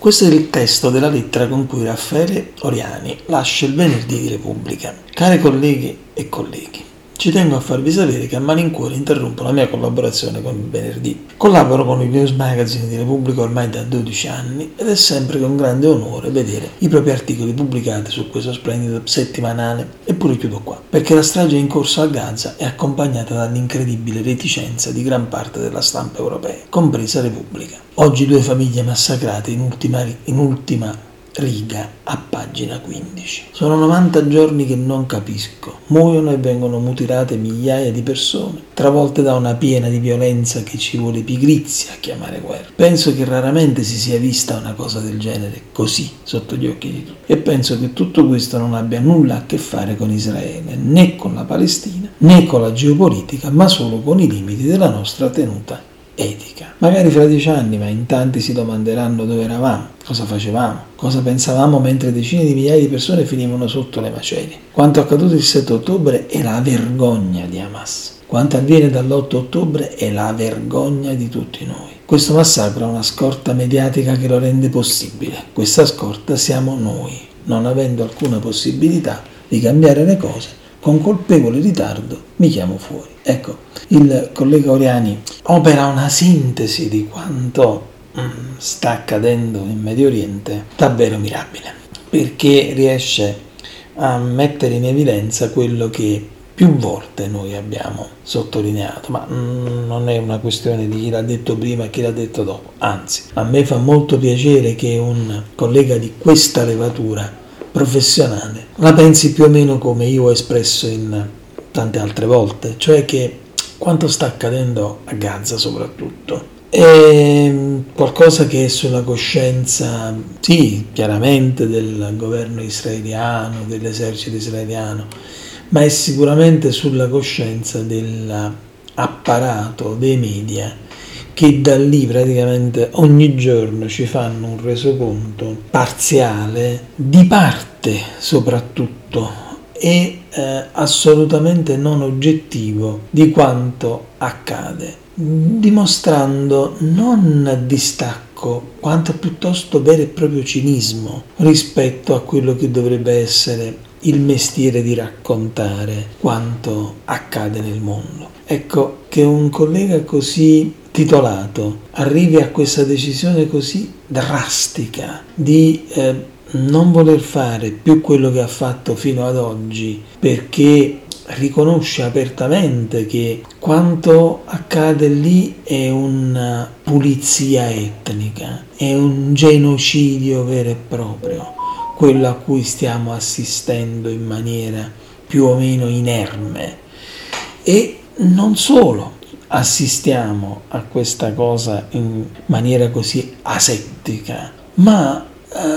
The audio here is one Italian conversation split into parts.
Questo è il testo della lettera con cui Raffaele Oriani lascia il venerdì di Repubblica. Care colleghe e colleghi, ci tengo a farvi sapere che a malincuore interrompo la mia collaborazione con il venerdì. Collaboro con il News Magazine di Repubblica ormai da 12 anni ed è sempre con grande onore vedere i propri articoli pubblicati su questo splendido settimanale. Eppure chiudo qua, perché la strage in corso a Gaza è accompagnata dall'incredibile reticenza di gran parte della stampa europea, compresa Repubblica. Oggi 2 famiglie massacrate in ultima riga a pagina 15. Sono 90 giorni che non capisco. Muoiono e vengono mutilate migliaia di persone, travolte da una piena di violenza che ci vuole pigrizia a chiamare guerra. Penso che raramente si sia vista una cosa del genere così sotto gli occhi di tutti, e penso che tutto questo non abbia nulla a che fare con Israele, né con la Palestina, né con la geopolitica, ma solo con i limiti della nostra tenuta etica. Magari fra 10 anni, ma in tanti si domanderanno dove eravamo, cosa facevamo, cosa pensavamo mentre decine di migliaia di persone finivano sotto le macerie. Quanto accaduto il 7 ottobre è la vergogna di Hamas. Quanto avviene dall'8 ottobre è la vergogna di tutti noi. Questo massacro ha una scorta mediatica che lo rende possibile. Questa scorta siamo noi, non avendo alcuna possibilità di cambiare le cose. Con colpevole ritardo mi chiamo fuori. Ecco, il collega Oriani opera una sintesi di quanto sta accadendo in Medio Oriente davvero mirabile, perché riesce a mettere in evidenza quello che più volte noi abbiamo sottolineato, ma non è una questione di chi l'ha detto prima e chi l'ha detto dopo, anzi, a me fa molto piacere che un collega di questa levatura professionale la pensi più o meno come io ho espresso in tante altre volte, cioè che quanto sta accadendo a Gaza soprattutto è qualcosa che è sulla coscienza, sì, chiaramente del governo israeliano, dell'esercito israeliano, ma è sicuramente sulla coscienza dell'apparato dei media, che da lì praticamente ogni giorno ci fanno un resoconto parziale, di parte soprattutto, e assolutamente non oggettivo di quanto accade, dimostrando non distacco, quanto piuttosto vero e proprio cinismo rispetto a quello che dovrebbe essere il mestiere di raccontare quanto accade nel mondo. Ecco, che un collega così titolato arrivi a questa decisione così drastica di non voler fare più quello che ha fatto fino ad oggi, perché riconosce apertamente che quanto accade lì è una pulizia etnica, è un genocidio vero e proprio, quello a cui stiamo assistendo in maniera più o meno inerme. E non solo assistiamo a questa cosa in maniera così asettica, ma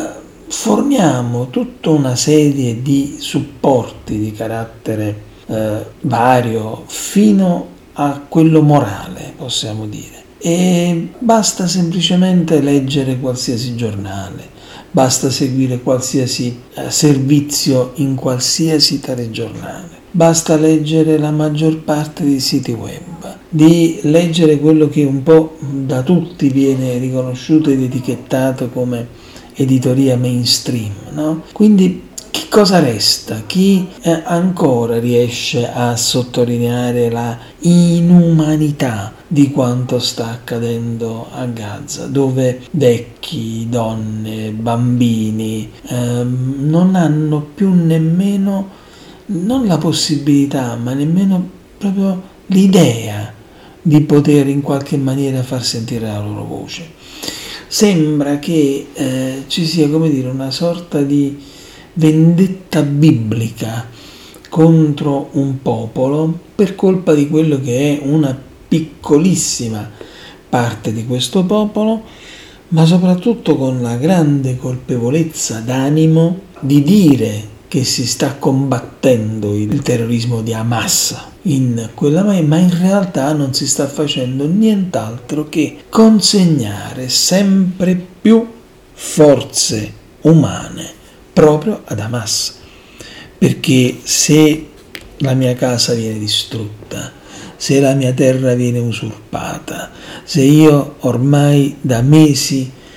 forniamo tutta una serie di supporti di carattere vario, fino a quello morale, possiamo dire. E basta semplicemente leggere qualsiasi giornale, basta seguire qualsiasi servizio in qualsiasi telegiornale, basta leggere la maggior parte dei siti web, di leggere quello che un po' da tutti viene riconosciuto ed etichettato come editoria mainstream, no? Quindi che cosa resta? Chi ancora riesce a sottolineare la inumanità di quanto sta accadendo a Gaza, dove vecchi, donne, bambini non hanno più nemmeno, non la possibilità, ma nemmeno proprio l'idea di poter in qualche maniera far sentire la loro voce. Sembra che ci sia, come dire, una sorta di vendetta biblica contro un popolo per colpa di quello che è una piccolissima parte di questo popolo, ma soprattutto con la grande colpevolezza d'animo di dire che si sta combattendo il terrorismo di Hamas in quella, ma in realtà non si sta facendo nient'altro che consegnare sempre più forze umane proprio ad Hamas, perché se la mia casa viene distrutta, se la mia terra viene usurpata, se io ormai da mesi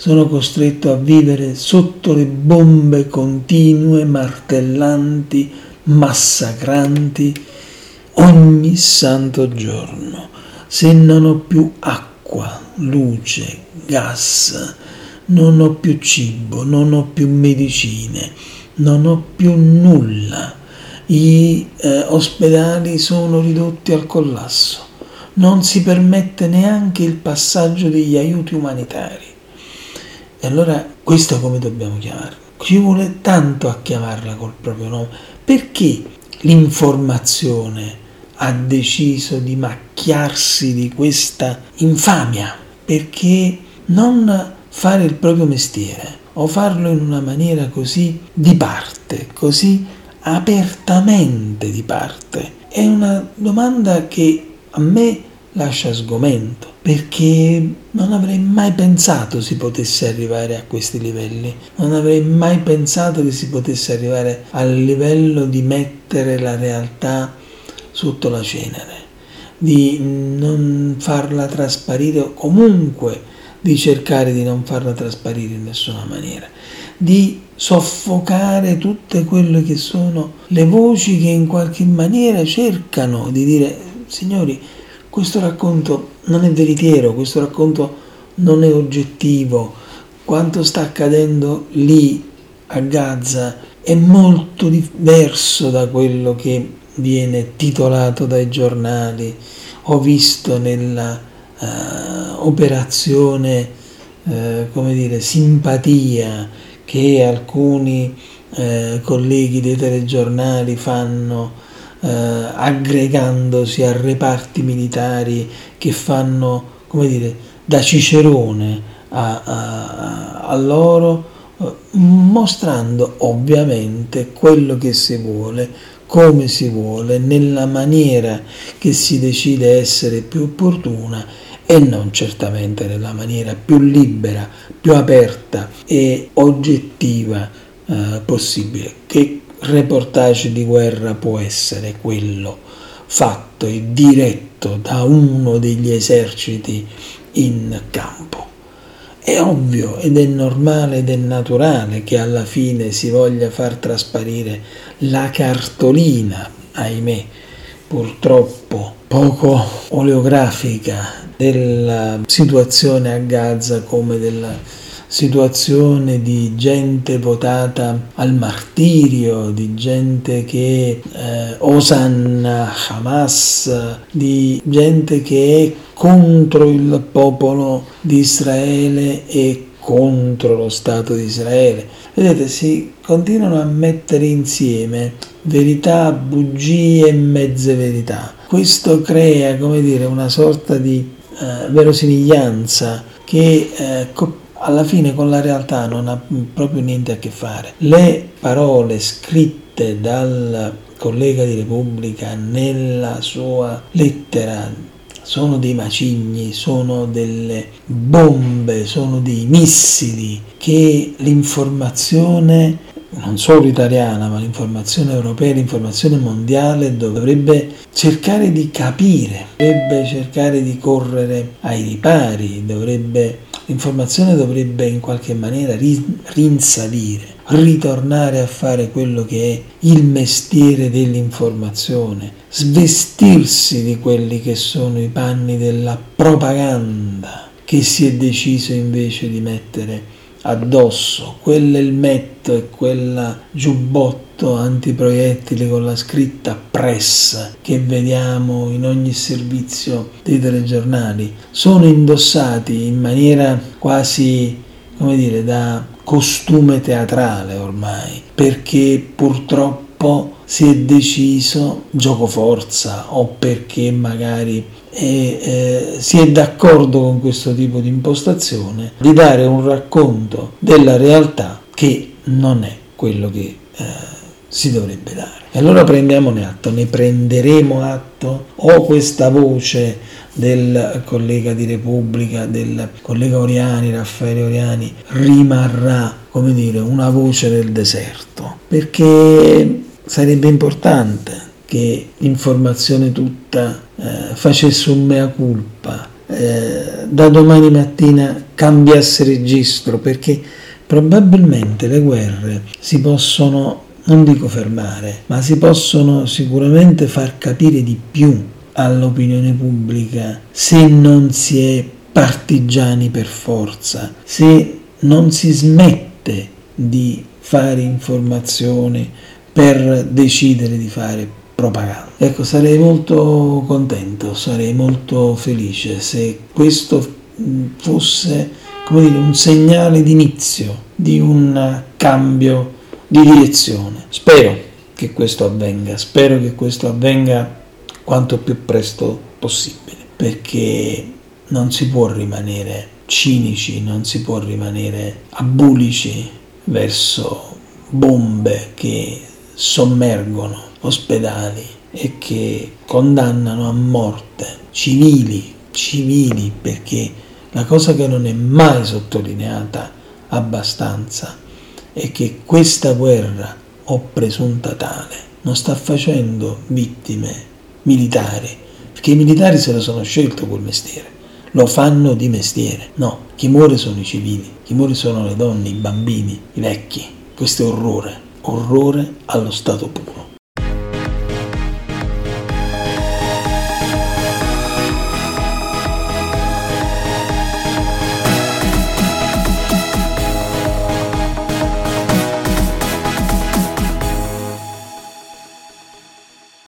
sono costretto a vivere sotto le bombe continue, martellanti, massacranti ogni santo giorno. Se non ho più acqua, luce, gas, non ho più cibo, non ho più medicine, non ho più nulla. Gli ospedali sono ridotti al collasso, non si permette neanche il passaggio degli aiuti umanitari. E allora questo come dobbiamo chiamarlo? Ci vuole tanto a chiamarla col proprio nome. Perché l'informazione ha deciso di macchiarsi di questa infamia? Perché non fare il proprio mestiere o farlo in una maniera così di parte, così apertamente di parte? È una domanda che a me lascia sgomento, perché non avrei mai pensato si potesse arrivare a questi livelli, non avrei mai pensato che si potesse arrivare al livello di mettere la realtà sotto la cenere, di non farla trasparire o comunque di cercare di non farla trasparire in nessuna maniera, di soffocare tutte quelle che sono le voci che in qualche maniera cercano di dire: signori, questo racconto non è veritiero, questo racconto non è oggettivo, quanto sta accadendo lì a Gaza è molto diverso da quello che viene titolato dai giornali. Ho visto nella operazione simpatia che alcuni colleghi dei telegiornali fanno, aggregandosi a reparti militari che fanno da cicerone a loro, mostrando ovviamente quello che si vuole, come si vuole, nella maniera che si decide essere più opportuna e non certamente nella maniera più libera, più aperta e oggettiva possibile. Che reportage di guerra può essere quello fatto e diretto da uno degli eserciti in campo? È ovvio ed è normale ed è naturale che alla fine si voglia far trasparire la cartolina, ahimè, purtroppo poco oleografica, della situazione a Gaza come della situazione di gente votata al martirio, di gente che osanna Hamas, di gente che è contro il popolo di Israele e contro lo Stato di Israele. Vedete, si continuano a mettere insieme verità, bugie e mezze verità. Questo crea, una sorta di verosimiglianza che alla fine con la realtà non ha proprio niente a che fare. Le parole scritte dal collega di Repubblica nella sua lettera sono dei macigni, sono delle bombe, sono dei missili che l'informazione non solo italiana, ma l'informazione europea, l'informazione mondiale dovrebbe cercare di capire, dovrebbe cercare di correre ai ripari, l'informazione dovrebbe in qualche maniera rinsalire, ritornare a fare quello che è il mestiere dell'informazione, svestirsi di quelli che sono i panni della propaganda che si è deciso invece di mettere addosso, quell'elmetto e quel giubbotto antiproiettili con la scritta press che vediamo in ogni servizio dei telegiornali, sono indossati in maniera quasi da costume teatrale ormai, perché purtroppo si è deciso, giocoforza o perché magari si è d'accordo con questo tipo di impostazione, di dare un racconto della realtà che non è quello che si dovrebbe dare. E allora ne prenderemo atto, o questa voce del collega di Repubblica, del collega Oriani, Raffaele Oriani, rimarrà una voce del deserto, perché sarebbe importante che l'informazione tutta facesse un mea culpa. Da domani mattina cambiasse registro, perché probabilmente le guerre si possono, non dico fermare, ma si possono sicuramente far capire di più all'opinione pubblica se non si è partigiani per forza, se non si smette di fare informazione per decidere di fare propaganda. Ecco, sarei molto contento, sarei molto felice se questo fosse, come dire, un segnale d'inizio di un cambio di direzione. Spero che questo avvenga quanto più presto possibile, perché non si può rimanere cinici, non si può rimanere abulici verso bombe che sommergono ospedali e che condannano a morte civili, perché la cosa che non è mai sottolineata abbastanza è che questa guerra, o presunta tale, non sta facendo vittime militari, perché i militari se lo sono scelto quel mestiere, lo fanno di mestiere. No, chi muore sono i civili, chi muore sono le donne, i bambini, i vecchi. Questo è orrore allo stato puro.